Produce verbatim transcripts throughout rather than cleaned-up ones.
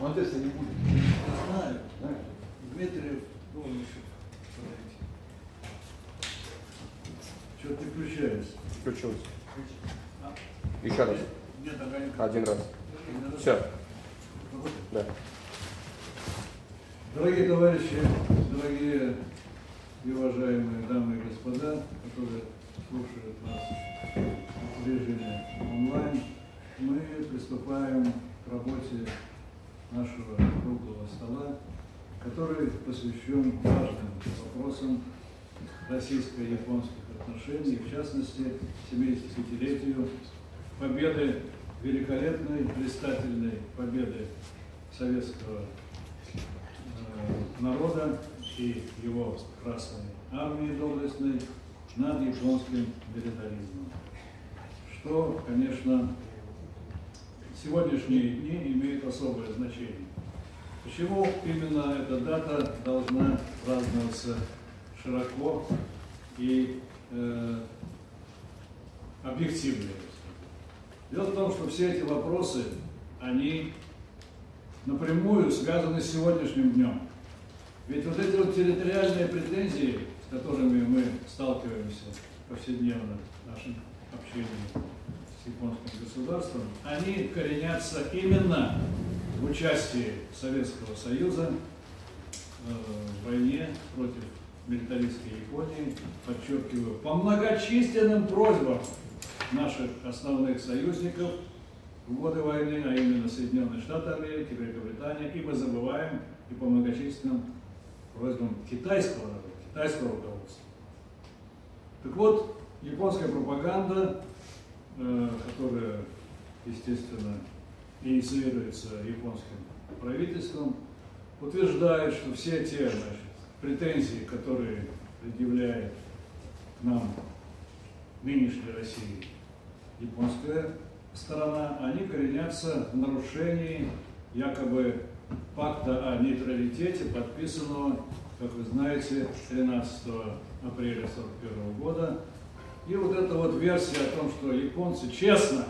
Он теста не будет. Знаю, знаю. Дмитриев, Голышев. Что-то не включается. Включилось. Еще раз. Нет, огонек. Один раз. Все. Да. Дорогие товарищи, дорогие и уважаемые дамы и господа, которые слушают нас в режиме онлайн, мы приступаем к работе нашего круглого стола, который посвящен важным вопросам российско-японских отношений, в частности, семидесятилетию победы, великолепной, блистательной победы советского э, народа и его Красной Армии доблестной над японским милитаризмом. Что, конечно, в сегодняшние дни имеет особое значение. Почему именно эта дата должна праздноваться широко и э, объективно? Дело в том, что все эти вопросы, они напрямую связаны с сегодняшним днем. Ведь вот эти вот территориальные претензии, с которыми мы сталкиваемся повседневно в нашем общении с японским государством, они коренятся именно в участии Советского Союза э, в войне против милитаристской Японии, подчеркиваю, по многочисленным просьбам наших основных союзников в годы войны, а именно Соединенные Штаты Америки, Великобритания, и мы забываем и по многочисленным просьбам китайского народа, китайского руководства. Так вот, японская пропаганда, э, которая, естественно, инициируется японским правительством, утверждает, что все те, значит, претензии, которые предъявляет к нам нынешней России японская сторона, они коренятся в нарушении якобы пакта о нейтралитете, подписанного, как вы знаете, тринадцатого апреля сорок первого года. И вот эта вот версия о том, что японцы честно,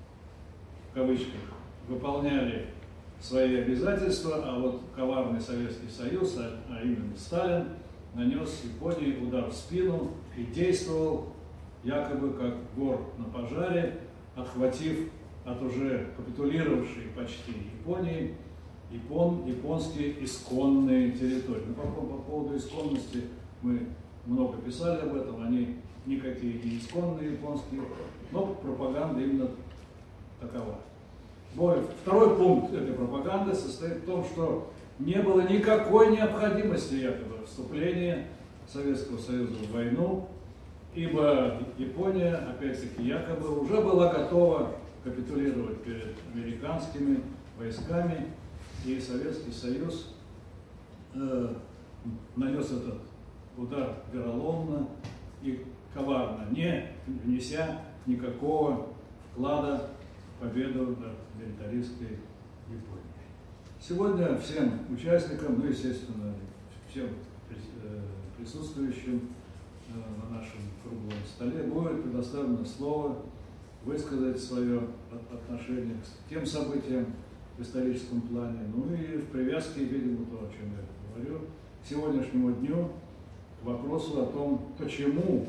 в кавычках, выполняли свои обязательства, а вот коварный Советский Союз, а, а именно Сталин, нанес Японии удар в спину и действовал якобы как вор на пожаре, отхватив от уже капитулировавшей почти Японии япон, японские исконные территории. Ну, по, по поводу исконности мы много писали об этом, они никакие не исконные японские, но пропаганда именно такова. Второй пункт этой пропаганды состоит в том, что не было никакой необходимости якобы вступления Советского Союза в войну, ибо Япония, опять-таки, якобы уже была готова капитулировать перед американскими войсками, и Советский Союз э, нанес этот удар вероломно и коварно, не внеся никакого вклада в победу над милитаристской Японией. Сегодня всем участникам, ну, естественно, всем присутствующим на нашем круглом столе будет предоставлено слово высказать свое отношение к тем событиям в историческом плане, ну и в привязке, видимо, то, о чем я говорю, к сегодняшнему дню, к вопросу о том, почему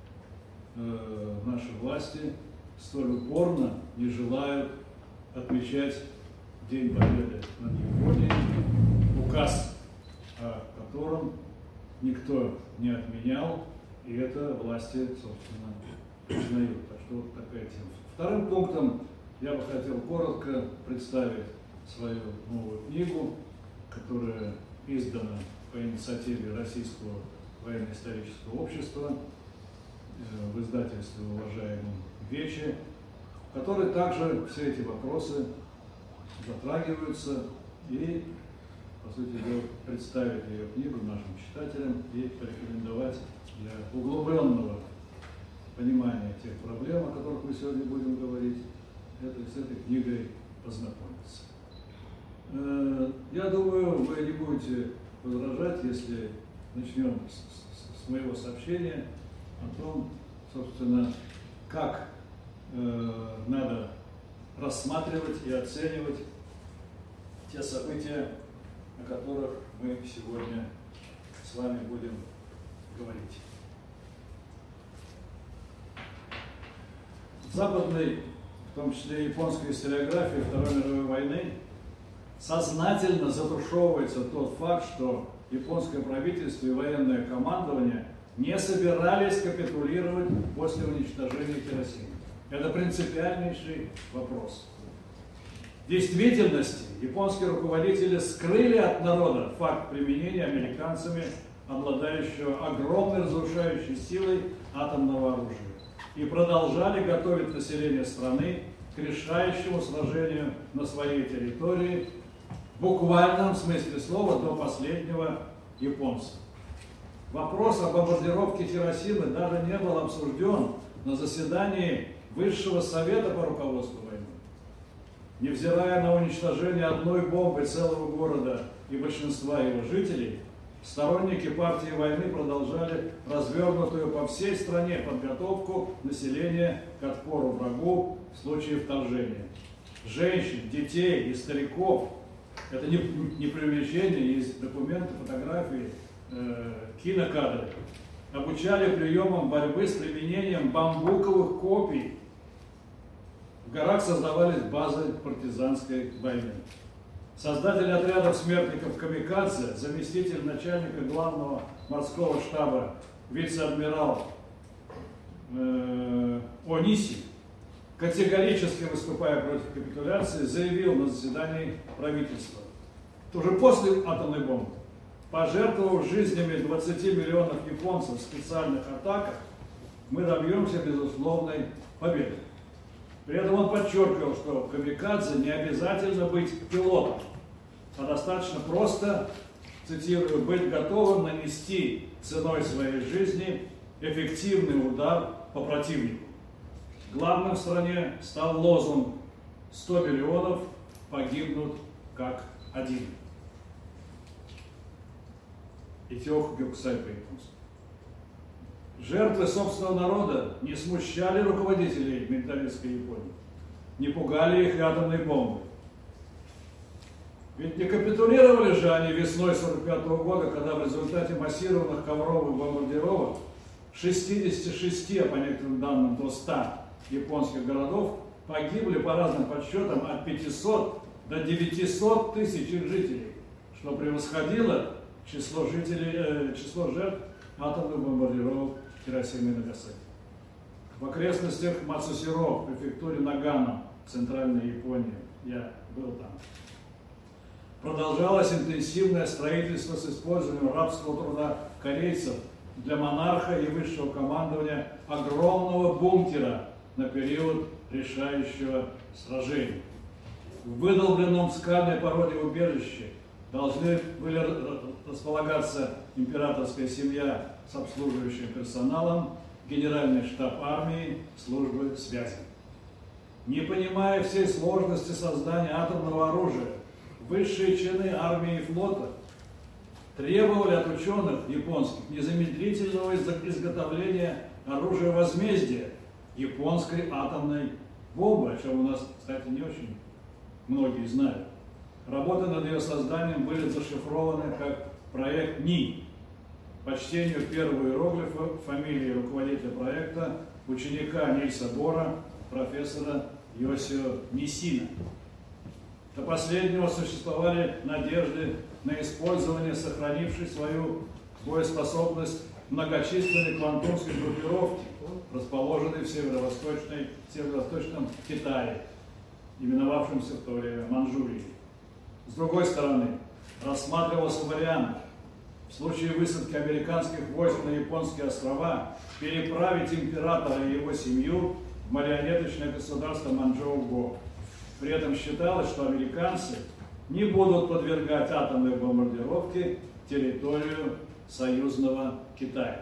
э, наши власти столь упорно не желают отмечать День Победы над Японией, указ о котором никто не отменял, и это власти, собственно, признают. Так что вот такая тема. Вторым пунктом я бы хотел коротко представить свою новую книгу, которая издана по инициативе Российского военно-исторического общества э, в издательстве уважаемом Вече, в которой также все эти вопросы затрагиваются, и, по сути дела, представить ее книгу нашим читателям и порекомендовать для углубленного понимания тех проблем, о которых мы сегодня будем говорить, это, с этой книгой познакомиться. Я думаю, вы не будете возражать, если начнем с, с моего сообщения о том, собственно, как э, надо рассматривать и оценивать те события, о которых мы сегодня с вами будем говорить. В западной, в том числе японской историографии Второй мировой войны, сознательно затушевывается тот факт, что японское правительство и военное командование не собирались капитулировать после уничтожения Хиросимы. Это принципиальнейший вопрос. В действительности японские руководители скрыли от народа факт применения американцами обладающего огромной разрушающей силой атомного оружия и продолжали готовить население страны к решающему сражению на своей территории в буквальном смысле слова до последнего японца. Вопрос о бомбардировке Хиросимы даже не был обсужден на заседании Высшего совета по руководству войны. Невзирая на уничтожение одной бомбы целого города и большинства его жителей, сторонники партии войны продолжали развернутую по всей стране подготовку населения к отпору врагу в случае вторжения. Женщин, детей и стариков, это не, не преувеличение, есть документы, фотографии, э, кинокадры, обучали приемам борьбы с применением бамбуковых копий. В горах создавались базы партизанской войны. Создатель отрядов смертников камикадзе, заместитель начальника главного морского штаба, вице-адмирал э, Ониси, категорически выступая против капитуляции, заявил на заседании правительства, уже после атомной бомбы, пожертвовав жизнями двадцати миллионов японцев в специальных атаках, мы добьемся безусловной победы. При этом он подчеркивал, что в камикадзе не обязательно быть пилотом, а достаточно просто, цитирую, быть готовым нанести ценой своей жизни эффективный удар по противнику. Главным в стране стал лозунг «сто миллионов погибнут как один». Итиоху Гёкусай по-японски. Жертвы собственного народа не смущали руководителей милитаристской Японии, не пугали их и атомной бомбы. Ведь не капитулировали же они весной сорок пятого года, когда в результате массированных ковровых бомбардировок шестидесяти шести, а по некоторым данным до ста японских городов погибли по разным подсчетам от пятисот до девятисот тысяч жителей, что превосходило число, жителей, э, число жертв атомных бомбардировок Хиросимы и Нагасаки. В окрестностях Мацусиро, в префектуре Нагано, центральной Японии, я был там, продолжалось интенсивное строительство с использованием рабского труда корейцев для монарха и высшего командования огромного бункера на период решающего сражения. В выдолбленном в скальной породе убежище должны были располагаться императорская семья с обслуживающим персоналом, генеральный штаб армии, службы связи. Не понимая всей сложности создания атомного оружия, высшие чины армии и флота требовали от ученых японских незамедлительного изготовления оружия возмездия японской атомной бомбы, о чем у нас, кстати, не очень многие знают. Работы над ее созданием были зашифрованы как проект НИ. По чтению первого иероглифа фамилии руководителя проекта, ученика Нильса Бора, профессора Йосио Нисина. До последнего существовали надежды на использование сохранившей свою боеспособность многочисленной квантунской группировки, расположенной в северо-восточной, северо-восточном Китае, именовавшемся в то время Манчжурией. С другой стороны, рассматривался вариант в случае высадки американских войск на японские острова переправить императора и его семью в марионеточное государство Манчжоу-Го. При этом считалось, что американцы не будут подвергать атомной бомбардировке территорию союзного Китая.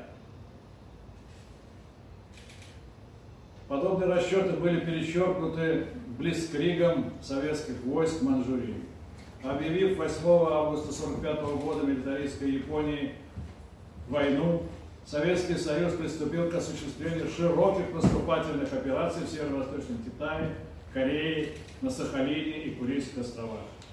Подобные расчеты были перечеркнуты блицкригом советских войск в Манчжурии. Объявив восьмого августа сорок пятого года милитаристской Японии войну, Советский Союз приступил к осуществлению широких наступательных операций в Северо-Восточном Китае, Корее, на Сахалине и Курильских островах.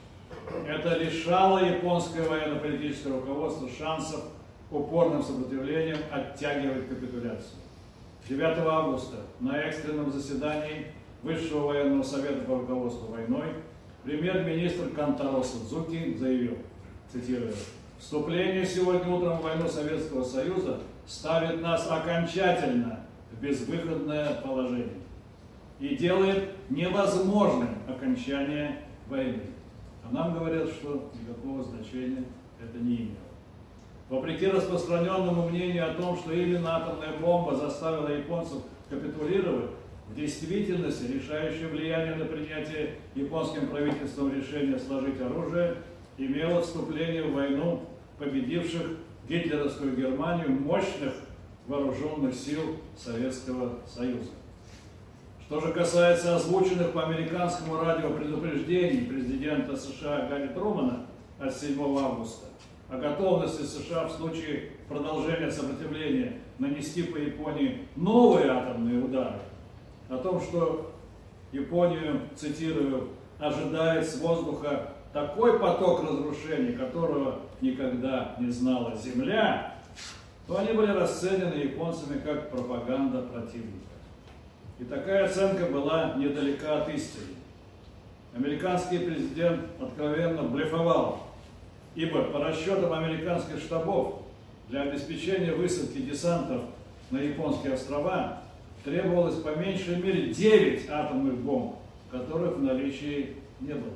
Это лишало японское военно-политическое руководство шансов упорным сопротивлением оттягивать капитуляцию. девятого августа на экстренном заседании Высшего военного совета по руководству войной премьер-министр Кантаро Судзуки заявил, цитирую: «Вступление сегодня утром в войну Советского Союза ставит нас окончательно в безвыходное положение и делает невозможным окончание войны». А нам говорят, что никакого значения это не имело. Вопреки распространенному мнению о том, что именно атомная бомба заставила японцев капитулировать, в действительности решающее влияние на принятие японским правительством решения сложить оружие имело вступление в войну победивших гитлеровскую Германию мощных вооруженных сил Советского Союза. Что же касается озвученных по американскому радио предупреждений президента США Гарри Трумэна от седьмого августа о готовности США в случае продолжения сопротивления нанести по Японии новые атомные удары, о том, что Японию, цитирую, ожидает с воздуха такой поток разрушений, которого никогда не знала Земля, то они были расценены японцами как пропаганда противника. И такая оценка была недалека от истины. Американский президент откровенно блефовал, ибо по расчетам американских штабов для обеспечения высадки десантов на японские острова требовалось по меньшей мере девять атомных бомб, которых в наличии не было.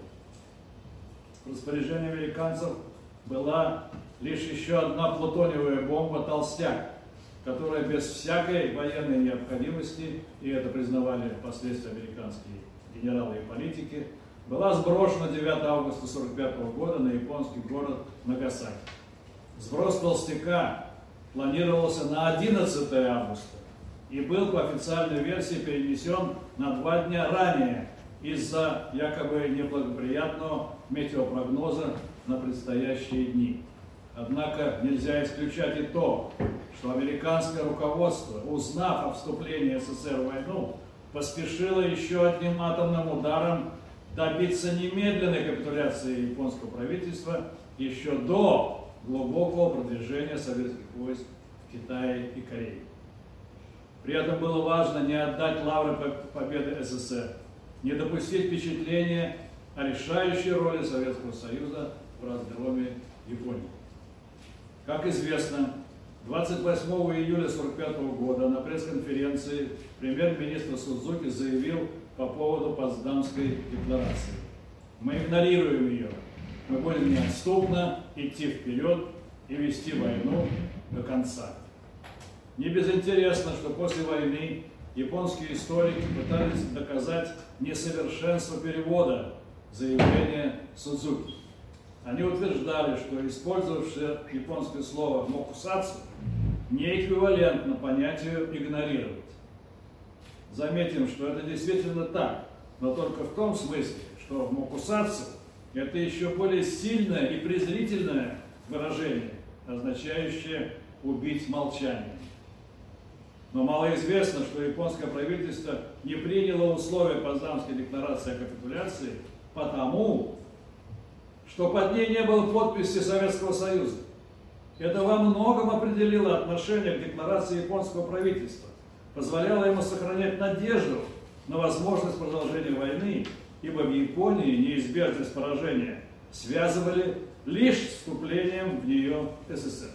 В распоряжении американцев была лишь еще одна плутониевая бомба «Толстяк», которая без всякой военной необходимости, и это признавали впоследствии американские генералы и политики, была сброшена девятого августа тысяча девятьсот сорок пятого года на японский город Нагасаки. Сброс «Толстяка» планировался на одиннадцатое августа и был по официальной версии перенесен на два дня ранее из-за якобы неблагоприятного метеопрогноза на предстоящие дни. Однако нельзя исключать и то, что американское руководство, узнав о вступлении СССР в войну, поспешило еще одним атомным ударом добиться немедленной капитуляции японского правительства еще до глубокого продвижения советских войск в Китае и Корее. При этом было важно не отдать лавры победы СССР, не допустить впечатления о решающей роли Советского Союза в разгроме Японии. Как известно, двадцать восьмого июля тысяча девятьсот сорок пятого года на пресс-конференции премьер-министр Судзуки заявил по поводу Потсдамской декларации: «Мы игнорируем ее, мы будем неотступно идти вперед и вести войну до конца». Не безинтересно, что после войны японские историки пытались доказать несовершенство перевода заявления Судзуки. Они утверждали, что использовавшее японское слово «мокусацу» не эквивалентно понятию «игнорировать». Заметим, что это действительно так, но только в том смысле, что «мокусацу» – это еще более сильное и презрительное выражение, означающее «убить молчанием». Но малоизвестно, что японское правительство не приняло условия Потсдамской декларации о капитуляции потому, что под ней не было подписи Советского Союза. Это во многом определило отношение к декларации японского правительства, позволяло ему сохранять надежду на возможность продолжения войны, ибо в Японии неизбежность поражения связывали лишь с вступлением в нее СССР.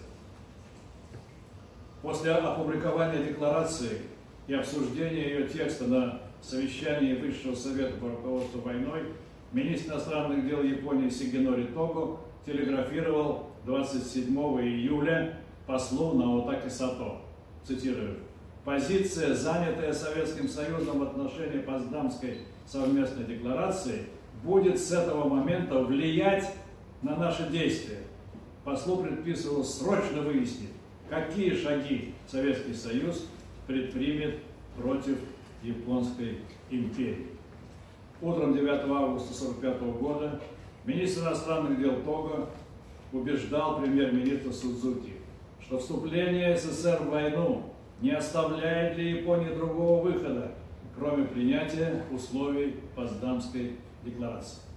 После опубликования декларации и обсуждения ее текста на совещании Высшего совета по руководству войной министр иностранных дел Японии Сигенори Того телеграфировал двадцать седьмого июля послу Наотаки Сато, цитирую: «Позиция, занятая Советским Союзом в отношении Потсдамской совместной декларации, будет с этого момента влиять на наши действия». Послу предписывалось срочно выяснить, какие шаги Советский Союз предпримет против Японской империи. Утром девятого августа тысяча девятьсот сорок пятого года министр иностранных дел Того убеждал премьер-министра Судзуки, что вступление СССР в войну не оставляет для Японии другого выхода, кроме принятия условий Потсдамской декларации.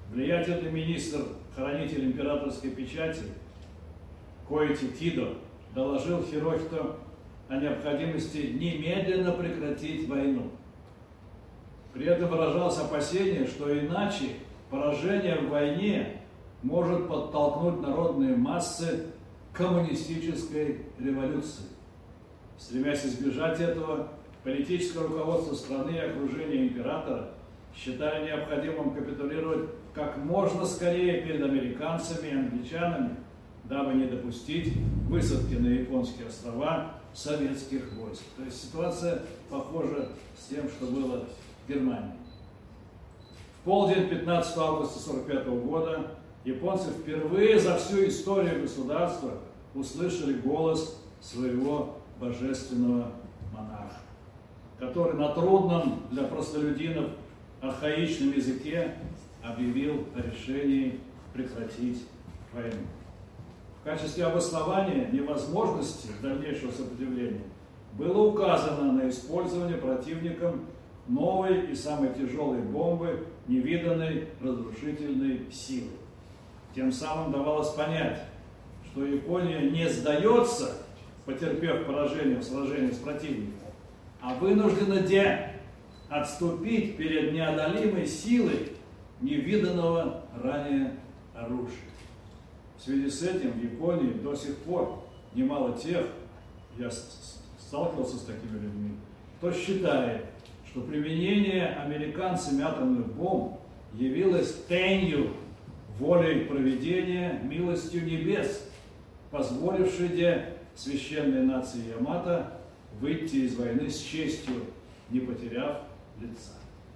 влиятельный министр, хранитель императорской печати Коити Тидо доложил Хирохито о необходимости немедленно прекратить войну. При этом выражалось опасение, что иначе поражение в войне может подтолкнуть народные массы к коммунистической революции. Стремясь избежать этого, политическое руководство страны и окружение императора считали необходимым капитулировать как можно скорее перед американцами и англичанами, дабы не допустить высадки на японские острова советских войск. То есть ситуация похожа с тем, что было в Германии. В полдень пятнадцатого августа тысяча девятьсот сорок пятого года японцы впервые за всю историю государства услышали голос своего божественного монарха, который на трудном для простолюдинов архаичном языке объявил о решении прекратить войну. В качестве обоснования невозможности дальнейшего сопротивления было указано на использование противником новой и самой тяжелой бомбы невиданной разрушительной силы. Тем самым давалось понять, что Япония не сдается, потерпев поражение в сражении с противником, а вынуждена де отступить перед неодолимой силой невиданного ранее оружия. В связи с этим в Японии до сих пор немало тех, я сталкивался с такими людьми, кто считает, что применение американцами атомных бомб явилось тенью, волей провидения, милостью небес, позволившей де священной нации Ямато выйти из войны с честью, не потеряв лица.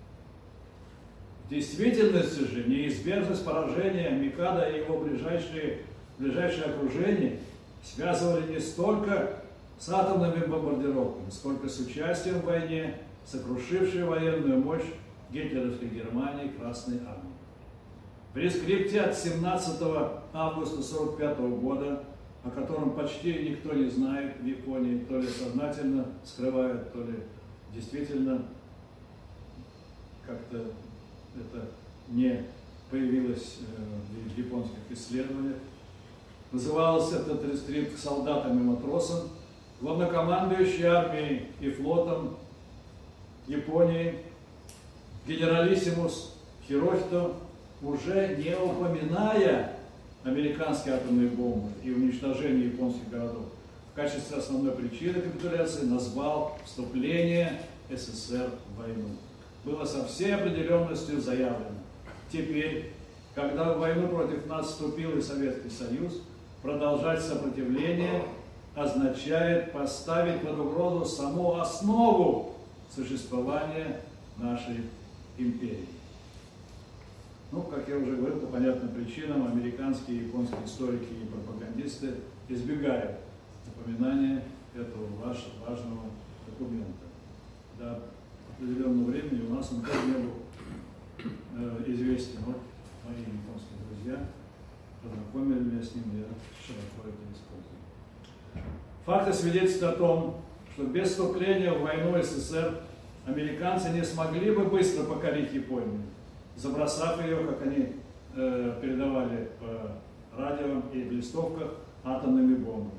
В действительности же неизбежность поражения Микадо и его ближайшие, ближайшее окружение связывали не столько с атомными бомбардировками, сколько с участием в войне, сокрушившей военную мощь гитлеровской Германии Красной Армии. При скрипте от семнадцатого августа тысяча девятьсот сорок пятого года, о котором почти никто не знает в Японии, то ли сознательно скрывают, то ли действительно как-то это не появилось э, в японских исследованиях. Назывался этот рестрикт солдатам и матросам. Главнокомандующий армией и флотом Японии генералиссимус Хирохито, уже не упоминая американские атомные бомбы и уничтожение японских городов, в качестве основной причины капитуляции назвал вступление СССР в войну. Было со всей определенностью заявлено: теперь, когда в войну против нас вступил и Советский Союз, продолжать сопротивление означает поставить под угрозу саму основу существования нашей империи. Ну, как я уже говорил, по понятным причинам американские и японские историки и пропагандисты избегают упоминания этого важного документа. До определенного времени у нас он тоже не был э, известен. Вот мои японские друзья познакомили меня с ним, я широко это использую. Факты свидетельствуют о том, что без вступления в войну СССР американцы не смогли бы быстро покорить Японию, забросав ее, как они э, передавали по радио и в листовках, атомными бомбами.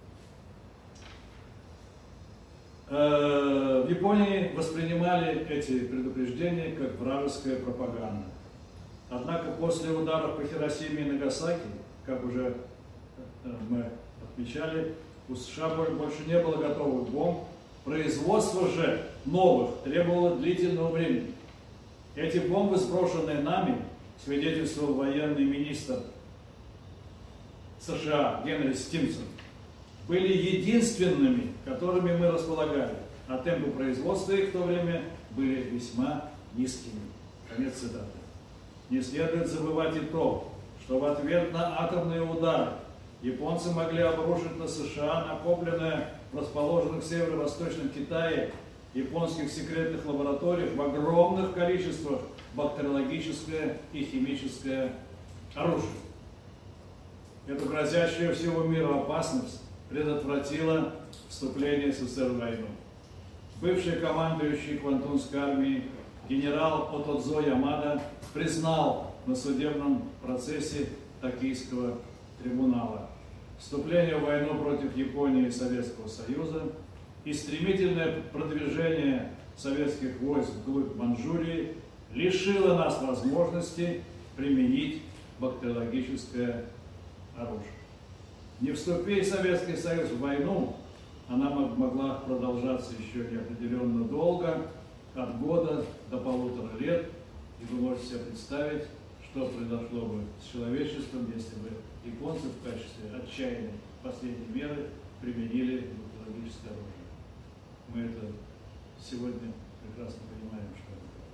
Э, в Японии воспринимали эти предупреждения как вражеская пропаганда. Однако после ударов по Хиросиме и Нагасаки, как уже э, мы отмечали, у США больше не было готовых бомб. Производство же новых требовало длительного времени. Эти бомбы, сброшенные нами, свидетельствовал военный министр США Генри Стимсон, были единственными, которыми мы располагали, а темпы производства их в то время были весьма низкими. Конец цитаты. Не следует забывать и то, что в ответ на атомные удары японцы могли обрушить на США накопленное в расположенных в северо-восточном Китае японских секретных лабораториях в огромных количествах бактериологическое и химическое оружие. Эту грозящую всему миру опасность предотвратила вступление СССР в войну. Бывший командующий Квантунской армией генерал Отодзо Ямада признал на судебном процессе Токийского трибунала, вступление в войну против Японии и Советского Союза и стремительное продвижение советских войск вглубь Манчжурии лишило нас возможности применить бактериологическое оружие. Не вступи Советский Союз в войну, она могла продолжаться еще неопределенно долго, от года до полутора лет, и вы можете себе представить, что произошло бы с человечеством, если бы японцы в качестве отчаянной последней меры применили бактериологическое оружие. Мы это сегодня прекрасно понимаем, что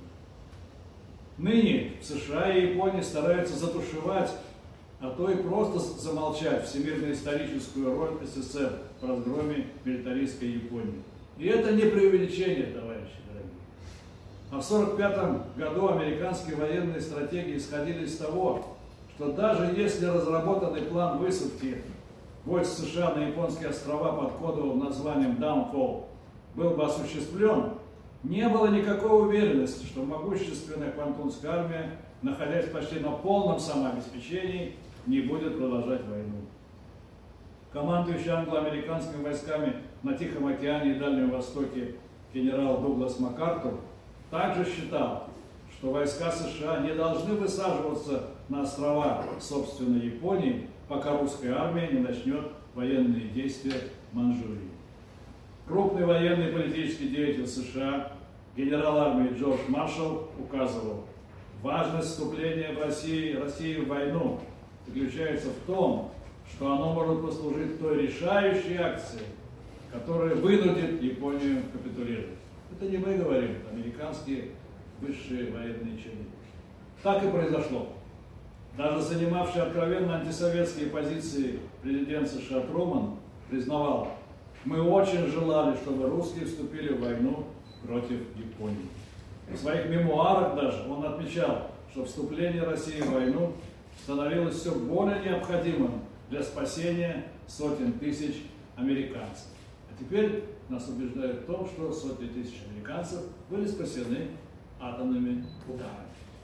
это такое. Ныне в США и Японии стараются затушевать, а то и просто замолчать всемирно-историческую роль СССР в разгроме милитаристской Японии. И это не преувеличение, товарищи дорогие. А в сорок пятом году американские военные стратеги исходили из того, что даже если разработанный план высадки войск США на японские острова под кодовым названием Downfall был бы осуществлен, не было никакой уверенности, что могущественная Квантунская армия, находясь почти на полном самообеспечении, не будет продолжать войну. Командующий англо-американскими войсками на Тихом океане и Дальнем Востоке генерал Дуглас МакАртур также считал, что войска США не должны высаживаться на острова собственной Японии, пока русская армия не начнет военные действия в Манчжурии. Крупный военный и политический деятель США, генерал армии Джордж Маршалл указывал, важность вступления в Россию, России в войну заключается в том, что оно может послужить той решающей акцией, которая вынудит Японию капитулировать. Это не мы говорим, это американские высшие военные чины. Так и произошло. Даже занимавший откровенно антисоветские позиции президент США Труман признавал, мы очень желали, чтобы русские вступили в войну против Японии. В своих мемуарах даже он отмечал, что вступление России в войну становилось все более необходимым для спасения сотен тысяч американцев. А теперь нас убеждают в том, что сотни тысяч американцев были спасены атомными ударами.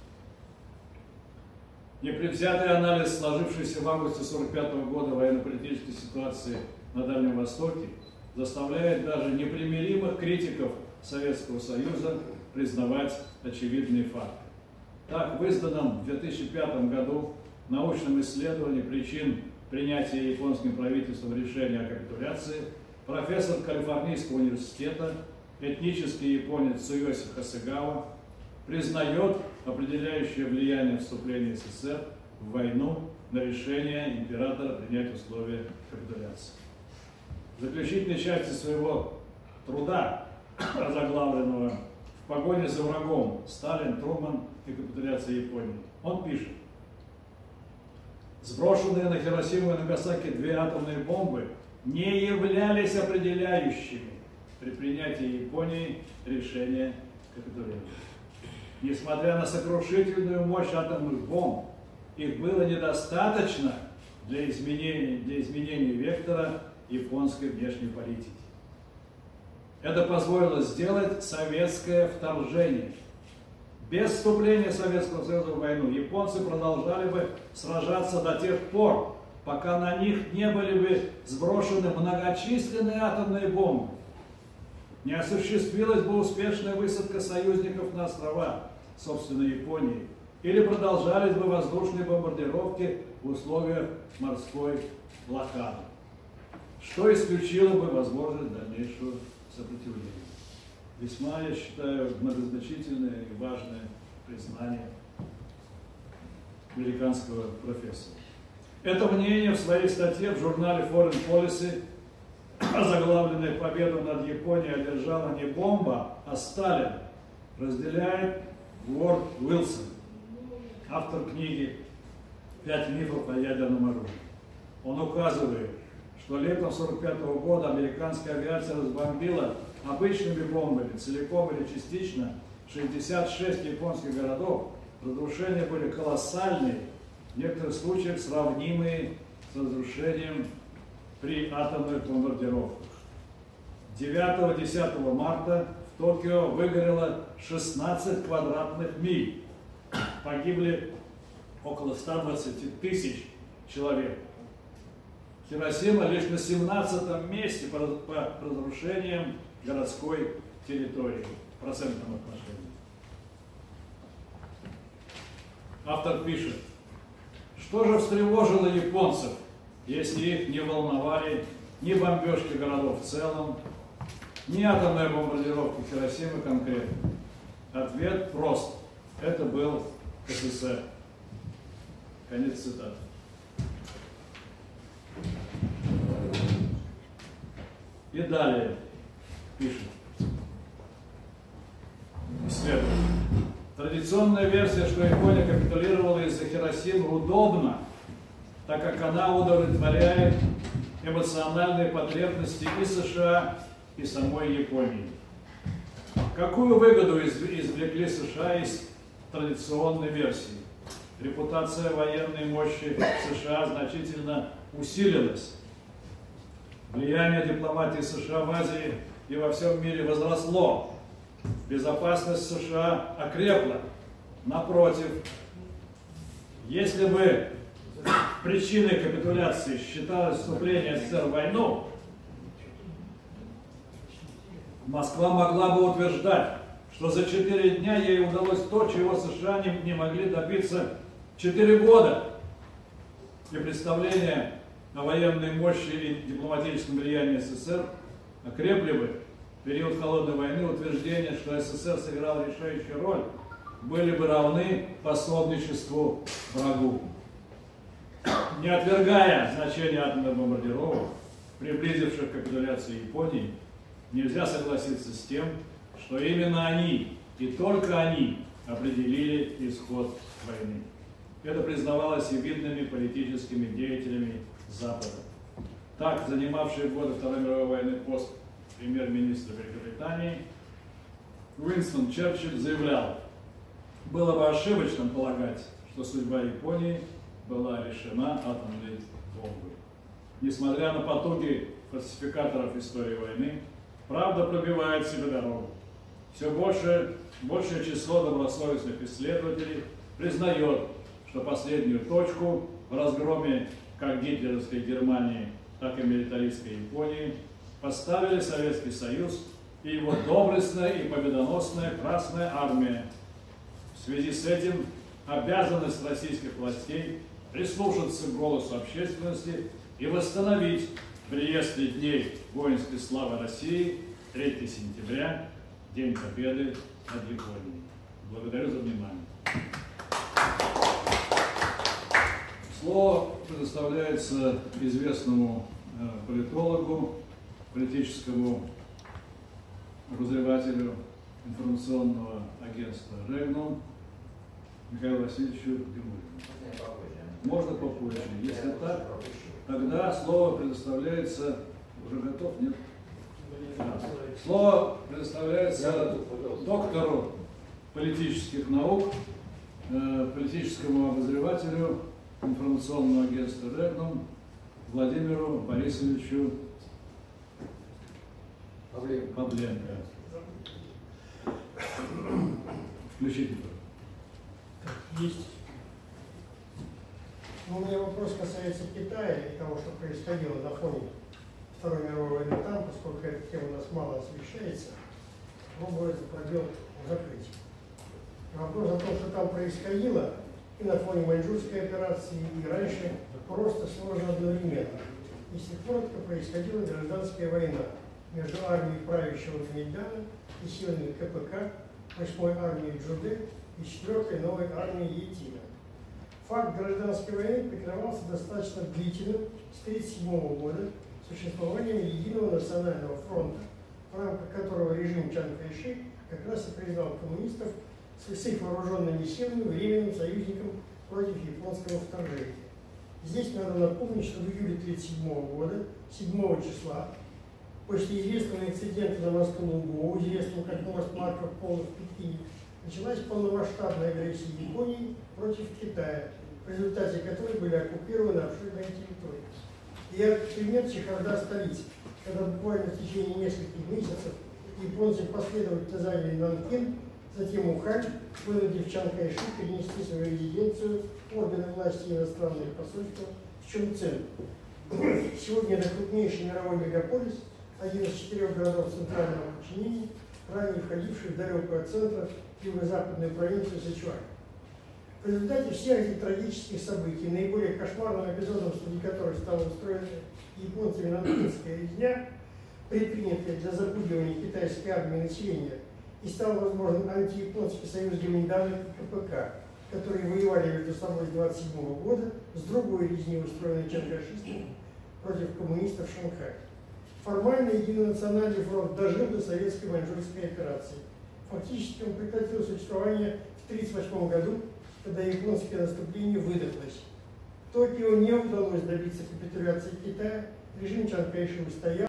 Непредвзятый анализ сложившейся в августе сорок пятого года военно-политической ситуации на Дальнем Востоке заставляет даже непримиримых критиков Советского Союза признавать очевидные факты. Так, в изданном в две тысячи пятом году научном исследовании причин принятия японским правительством решения о капитуляции профессор Калифорнийского университета, этнический японец Цуёси Хасэгава, признает определяющее влияние вступления СССР в войну на решение императора принять условия капитуляции. В заключительной части своего труда, озаглавленного «В погоне за врагом. Сталин, Труман и капитуляция Японии», он пишет: сброшенные на Хиросиму и Нагасаки две атомные бомбы не являлись определяющими при принятии Японии решения капитулировать. Несмотря на сокрушительную мощь атомных бомб, их было недостаточно для изменения, для изменения вектора японской внешней политики. Это позволило сделать советское вторжение. Без вступления Советского Союза в войну японцы продолжали бы сражаться до тех пор, пока на них не были бы сброшены многочисленные атомные бомбы. Не осуществилась бы успешная высадка союзников на острова собственной Японии, или продолжались бы воздушные бомбардировки в условиях морской блокады, что исключило бы возможность дальнейшего сопротивления. Весьма, я считаю, многозначительное и важное признание американского профессора. Это мнение в своей статье в журнале Foreign Policy, озаглавленной «Победу над Японией одержала не бомба, а Сталин», разделяет Уорд Уилсон, автор книги «Пять мифов о ядерном оружии». Он указывает, что летом сорок пятого года американская авиация разбомбила обычными бомбами целиком или частично шестьдесят шесть японских городов. Разрушения были колоссальные, в некоторых случаях сравнимые с разрушением при атомных бомбардировках. девятого-десятого марта в Токио выгорело шестнадцать квадратных миль. Погибли около ста двадцати тысяч человек. Хиросима лишь на семнадцатом месте по, по разрушениям городской территории в процентном отношении. Автор пишет, что же встревожило японцев, если их не волновали ни бомбежки городов в целом, ни атомная бомбардировка Хиросимы конкретно. Ответ прост. Это был СССР. Конец цитаты. И далее пишет исследователь. Традиционная версия, что Япония капитулировала из-за Хиросимы, удобна, так как она удовлетворяет эмоциональные потребности и США, и самой Японии. Какую выгоду извлекли США из традиционной версии? Репутация военной мощи США значительно усилилась. Влияние дипломатии США в Азии и во всем мире возросло. Безопасность США окрепла. Напротив, если бы причиной капитуляции считалось вступление СССР в войну, Москва могла бы утверждать, что за четыре дня ей удалось то, чего США не, не могли добиться четыре года. И представление о военной мощи и дипломатическом влиянии СССР окрепли бы. В период холодной войны утверждение, что СССР сыграл решающую роль, были бы равны пособничеству врагу. Не отвергая значение атомных бомбардировок, приблизивших к капитуляции Японии, нельзя согласиться с тем, что именно они и только они определили исход войны. Это признавалось и видными политическими деятелями Запада. Так, занимавший в годы Второй мировой войны пост премьер-министра Великобритании Уинстон Черчилль заявлял, было бы ошибочным полагать, что судьба Японии была решена атомной бомбой. Несмотря на потуги фальсификаторов истории войны, правда пробивает себе дорогу. Все больше, большее число добросовестных исследователей признает, что последнюю точку в разгроме как гитлеровской Германии, так и милитаристской Японии поставили Советский Союз и его доблестная и победоносная Красная Армия. В связи с этим обязанность российских властей прислушаться к голосу общественности и восстановить в реестре дней воинской славы России третьего сентября, День Победы над Японией. Благодарю за внимание. Слово предоставляется известному э, политологу, политическому обозревателю информационного агентства «Регнум» Михаилу Васильевичу Гермулину. Можно попозже. Если так, тогда слово предоставляется... Уже готов? Нет? Да. Слово предоставляется доктору политических наук, э, политическому обозревателю информационного агентства «Регнум» Владимиру Борисовичу Павленко. Включите. Есть. Ну, у меня вопрос касается Китая и того, что происходило на фоне Второй мировой войны там, поскольку эта тема у нас мало освещается, пробую этот пробел закрыть. Вопрос о том, что там происходило, и на фоне Маньчжурской операции, и раньше, просто сложно одновременно. Если коротко, происходила гражданская война между армией правящего Гамильдана и силами ка пэ ка, восьмой армией Джуде и четвёртой новой армией Етина. Факт гражданской войны прикрывался достаточно длительным с тысяча девятьсот тридцать седьмого года существованием Единого национального фронта, в рамках которого режим Чан Кайши как раз и признал коммунистов с их вооруженными силами временным союзником против японского вторжения. Здесь надо напомнить, что в июле тысяча девятьсот тридцать седьмого года, седьмого числа, после известного инцидента на мосту Лунгоу, известного как мост Марко Поло в Пекине, началась полномасштабная агрессия Японии против Китая, в результате которой были оккупированы обширные территории. И этот пример чехарда столицы, когда буквально в течение нескольких месяцев японцы последовательно заняли Нанкин, Затем Ухань, вынудив Чан Кайши перенести свою резиденцию органы власти и иностранных посольства в Чунцин. Сегодня это крупнейший мировой мегаполис, один из четырех городов центрального подчинения, ранее входивший в далекого центра юго-западную провинцию Сычуань. В результате всех этих трагических событий, наиболее кошмарным эпизодом, среди которых стала устроена японцами нанкинская резня, предпринятая для запугивания китайской армии населения, и стал возможен антияпонский союз гоминдановых КПК, которые воевали между собой с двадцать седьмого года с другой резни, устроенной чанкайшистами против коммунистов Шанхая. Формально Единый национальный фронт дожил до советской маньчжурской операции. Фактически он прекратил существование в тысяча девятьсот тридцать восьмом году, когда японское наступление выдохлось. Токио не удалось добиться капитуляции Китая, режим Чан Кайши устоял.